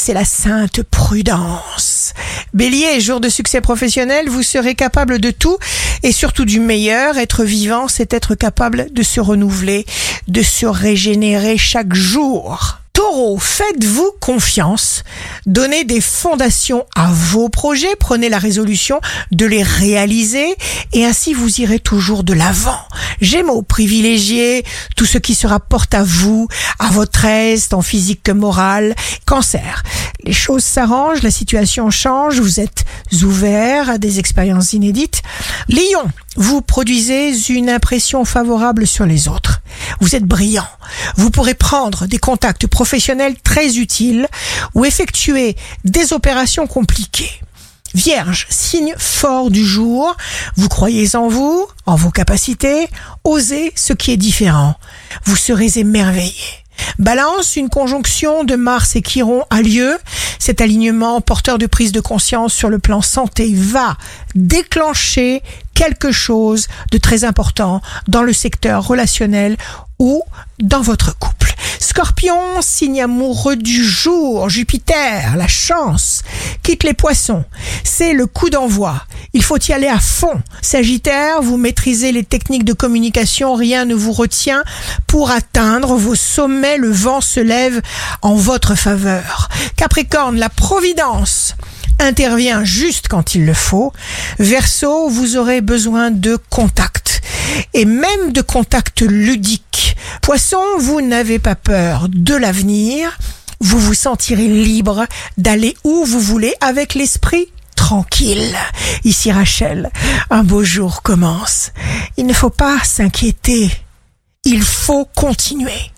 c'est la sainte prudence. Bélier, jour de succès professionnel, vous serez capable de tout et surtout du meilleur. Être vivant, c'est être capable de se renouveler, de se régénérer chaque jour. Taureau, faites-vous confiance, donnez des fondations à vos projets, prenez la résolution de les réaliser et ainsi vous irez toujours de l'avant. Gémeaux, privilégiez tout ce qui se rapporte à vous, à votre aise, tant physique que morale. Cancer, les choses s'arrangent, la situation change, vous êtes ouvert à des expériences inédites. Lion, vous produisez une impression favorable sur les autres. Vous êtes brillant. Vous pourrez prendre des contacts professionnels très utiles ou effectuer des opérations compliquées. Vierge, signe fort du jour, vous croyez en vous, en vos capacités, osez ce qui est différent. Vous serez émerveillé. Balance, une conjonction de Mars et Chiron a lieu. Cet alignement porteur de prise de conscience sur le plan santé va déclencher quelque chose de très important dans le secteur relationnel ou dans votre couple. Scorpion, signe amoureux du jour, Jupiter, la chance, quitte les poissons. C'est le coup d'envoi. Il faut y aller à fond. Sagittaire, vous maîtrisez les techniques de communication, rien ne vous retient pour atteindre vos sommets. Le vent se lève en votre faveur. Capricorne, la providence intervient juste quand il le faut. Verseau, vous aurez besoin de contacts et même de contacts ludiques. Poisson, vous n'avez pas peur de l'avenir. Vous vous sentirez libre d'aller où vous voulez avec l'esprit tranquille. Ici Rachel, un beau jour commence. Il ne faut pas s'inquiéter. Il faut continuer.